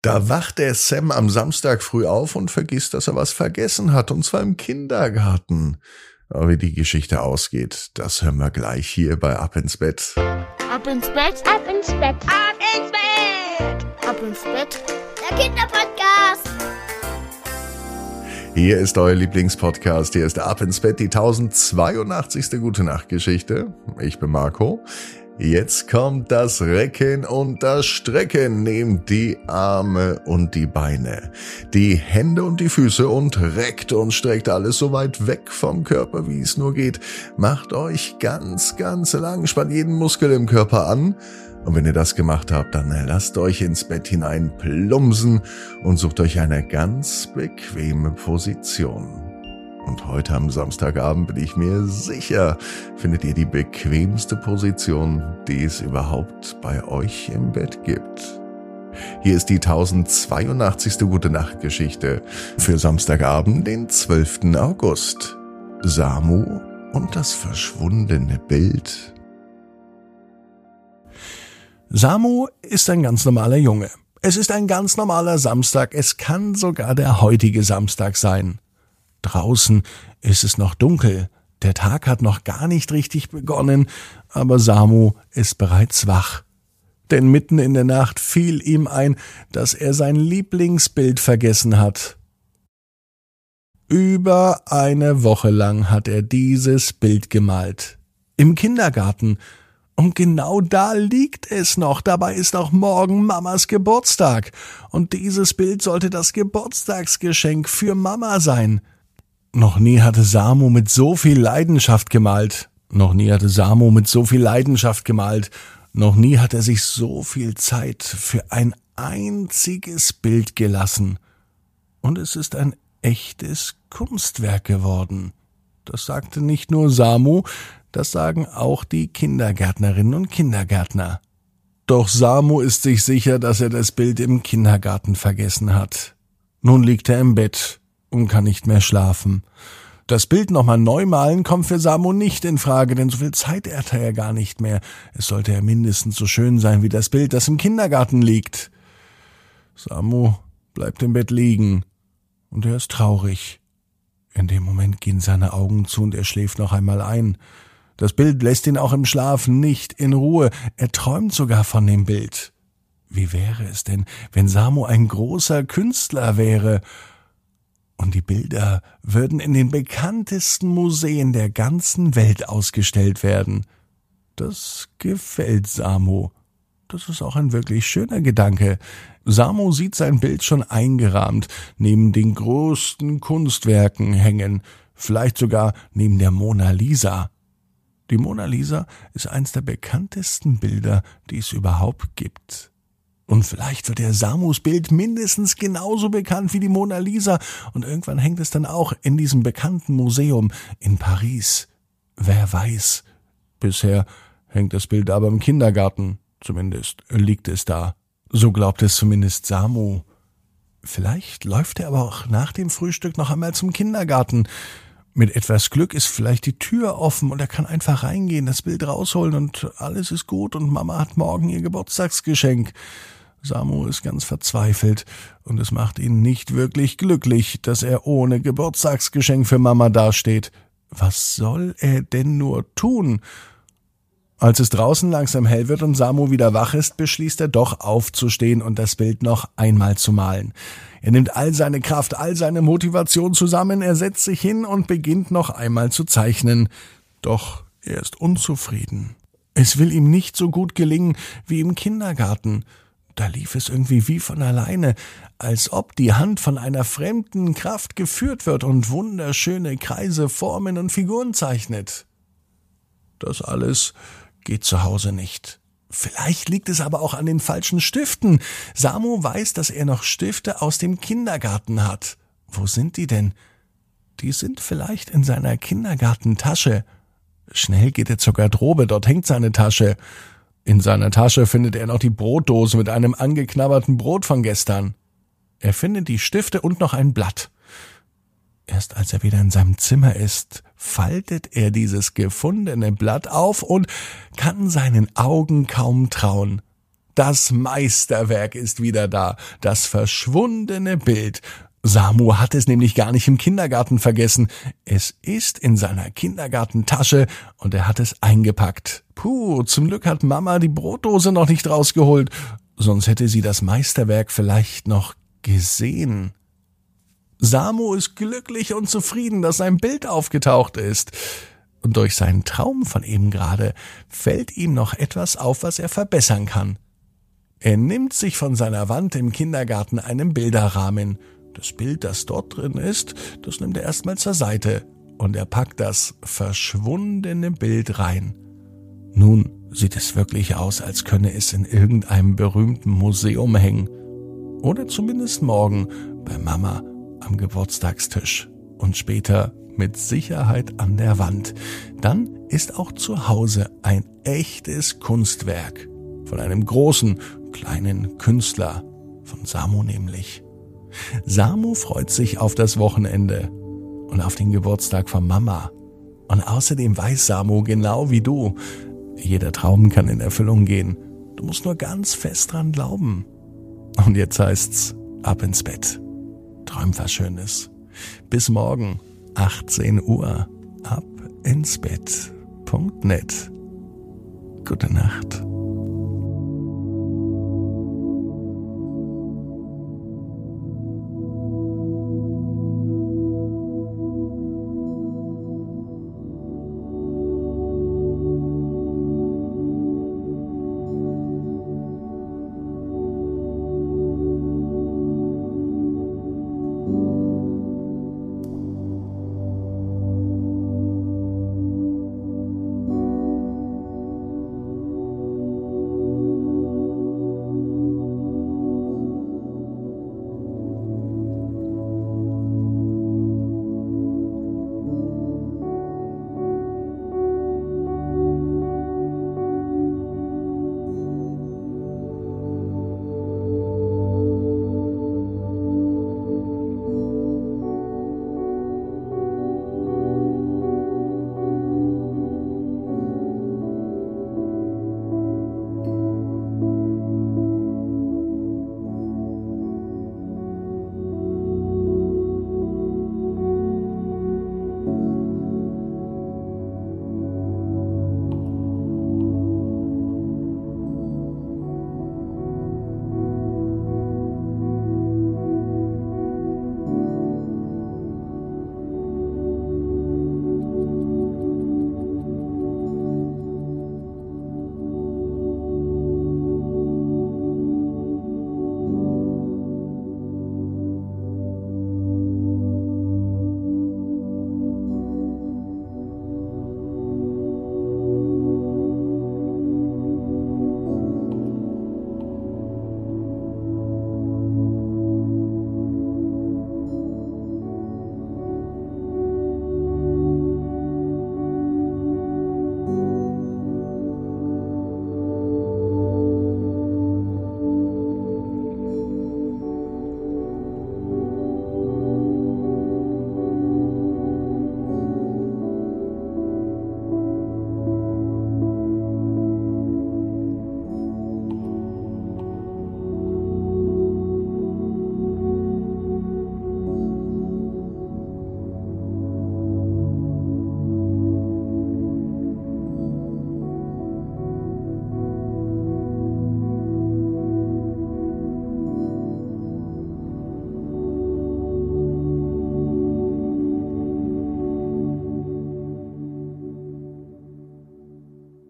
Da wacht der Sam am Samstag früh auf und vergisst, dass er was vergessen hat, und zwar im Kindergarten. Aber wie die Geschichte ausgeht, das hören wir gleich hier bei Ab ins Bett. Ab ins Bett, ab ins Bett, ab ins Bett, ab ins Bett, der Kinderpodcast. Hier ist euer Lieblingspodcast, hier ist Ab ins Bett, die 1082. Gute-Nacht-Geschichte. Ich bin Marco. Jetzt kommt das Recken und das Strecken. Nehmt die Arme und die Beine, die Hände und die Füße und reckt und streckt alles so weit weg vom Körper, wie es nur geht. Macht euch ganz, ganz lang, spannt jeden Muskel im Körper an. Und wenn ihr das gemacht habt, dann lasst euch ins Bett hinein plumpsen und sucht euch eine ganz bequeme Position. Und heute am Samstagabend bin ich mir sicher, findet ihr die bequemste Position, die es überhaupt bei euch im Bett gibt. Hier ist die 1082. Gute-Nacht-Geschichte für Samstagabend, den 12. August. Samu und das verschwundene Bild. Samu ist ein ganz normaler Junge. Es ist ein ganz normaler Samstag. Es kann sogar der heutige Samstag sein. Draußen ist es noch dunkel. Der Tag hat noch gar nicht richtig begonnen, aber Samu ist bereits wach. Denn mitten in der Nacht fiel ihm ein, dass er sein Lieblingsbild vergessen hat. Über eine Woche lang hat er dieses Bild gemalt. Im Kindergarten. Und genau da liegt es noch. Dabei ist auch morgen Mamas Geburtstag. Und dieses Bild sollte das Geburtstagsgeschenk für Mama sein. Noch nie hatte Samu mit so viel Leidenschaft gemalt. Noch nie hat er sich so viel Zeit für ein einziges Bild gelassen. Und es ist ein echtes Kunstwerk geworden. Das sagte nicht nur Samu, das sagen auch die Kindergärtnerinnen und Kindergärtner. Doch Samu ist sich sicher, dass er das Bild im Kindergarten vergessen hat. Nun liegt er im Bett und kann nicht mehr schlafen. Das Bild nochmal neu malen kommt für Samu nicht in Frage, denn so viel Zeit hat er ja gar nicht mehr. Es sollte ja mindestens so schön sein wie das Bild, das im Kindergarten liegt. Samu bleibt im Bett liegen und er ist traurig. In dem Moment gehen seine Augen zu und er schläft noch einmal ein. Das Bild lässt ihn auch im Schlaf nicht in Ruhe. Er träumt sogar von dem Bild. Wie wäre es denn, wenn Samu ein großer Künstler wäre? Und die Bilder würden in den bekanntesten Museen der ganzen Welt ausgestellt werden. Das gefällt Samu. Das ist auch ein wirklich schöner Gedanke. Samu sieht sein Bild schon eingerahmt, neben den größten Kunstwerken hängen, vielleicht sogar neben der Mona Lisa. Die Mona Lisa ist eins der bekanntesten Bilder, die es überhaupt gibt. Und vielleicht wird der Samus Bild mindestens genauso bekannt wie die Mona Lisa und irgendwann hängt es dann auch in diesem bekannten Museum in Paris. Wer weiß. Bisher hängt das Bild aber im Kindergarten. Zumindest liegt es da. So glaubt es zumindest Samu. Vielleicht läuft er aber auch nach dem Frühstück noch einmal zum Kindergarten. Mit etwas Glück ist vielleicht die Tür offen und er kann einfach reingehen, das Bild rausholen und alles ist gut und Mama hat morgen ihr Geburtstagsgeschenk. Samu ist ganz verzweifelt und es macht ihn nicht wirklich glücklich, dass er ohne Geburtstagsgeschenk für Mama dasteht. Was soll er denn nur tun? Als es draußen langsam hell wird und Samu wieder wach ist, beschließt er doch aufzustehen und das Bild noch einmal zu malen. Er nimmt all seine Kraft, all seine Motivation zusammen, er setzt sich hin und beginnt noch einmal zu zeichnen. Doch er ist unzufrieden. Es will ihm nicht so gut gelingen wie im Kindergarten. Da lief es irgendwie wie von alleine, als ob die Hand von einer fremden Kraft geführt wird und wunderschöne Kreise, Formen und Figuren zeichnet. Das alles geht zu Hause nicht. Vielleicht liegt es aber auch an den falschen Stiften. Samu weiß, dass er noch Stifte aus dem Kindergarten hat. Wo sind die denn? Die sind vielleicht in seiner Kindergartentasche. Schnell geht er zur Garderobe, dort hängt seine Tasche. In seiner Tasche findet er noch die Brotdose mit einem angeknabberten Brot von gestern. Er findet die Stifte und noch ein Blatt. Erst als er wieder in seinem Zimmer ist, faltet er dieses gefundene Blatt auf und kann seinen Augen kaum trauen. das Meisterwerk ist wieder da, das verschwundene Bild. Samu hat es nämlich gar nicht im Kindergarten vergessen. Es ist in seiner Kindergartentasche und er hat es eingepackt. Puh, zum Glück hat Mama die Brotdose noch nicht rausgeholt, sonst hätte sie das Meisterwerk vielleicht noch gesehen. Samu ist glücklich und zufrieden, dass sein Bild aufgetaucht ist. Und durch seinen Traum von eben gerade fällt ihm noch etwas auf, was er verbessern kann. Er nimmt sich von seiner Wand im Kindergarten einen Bilderrahmen. Das Bild, das dort drin ist, das nimmt er erstmal zur Seite und er packt das verschwundene Bild rein. Nun sieht es wirklich aus, als könne es in irgendeinem berühmten Museum hängen. Oder zumindest morgen bei Mama am Geburtstagstisch und später mit Sicherheit an der Wand. Dann ist auch zu Hause ein echtes Kunstwerk von einem großen, kleinen Künstler, von Samu nämlich. Samu freut sich auf das Wochenende und auf den Geburtstag von Mama. Und außerdem weiß Samu genau wie du, jeder Traum kann in Erfüllung gehen. Du musst nur ganz fest dran glauben. Und jetzt heißt's, ab ins Bett. Träum was Schönes. Bis morgen, 18 Uhr, abinsbett.net. Gute Nacht.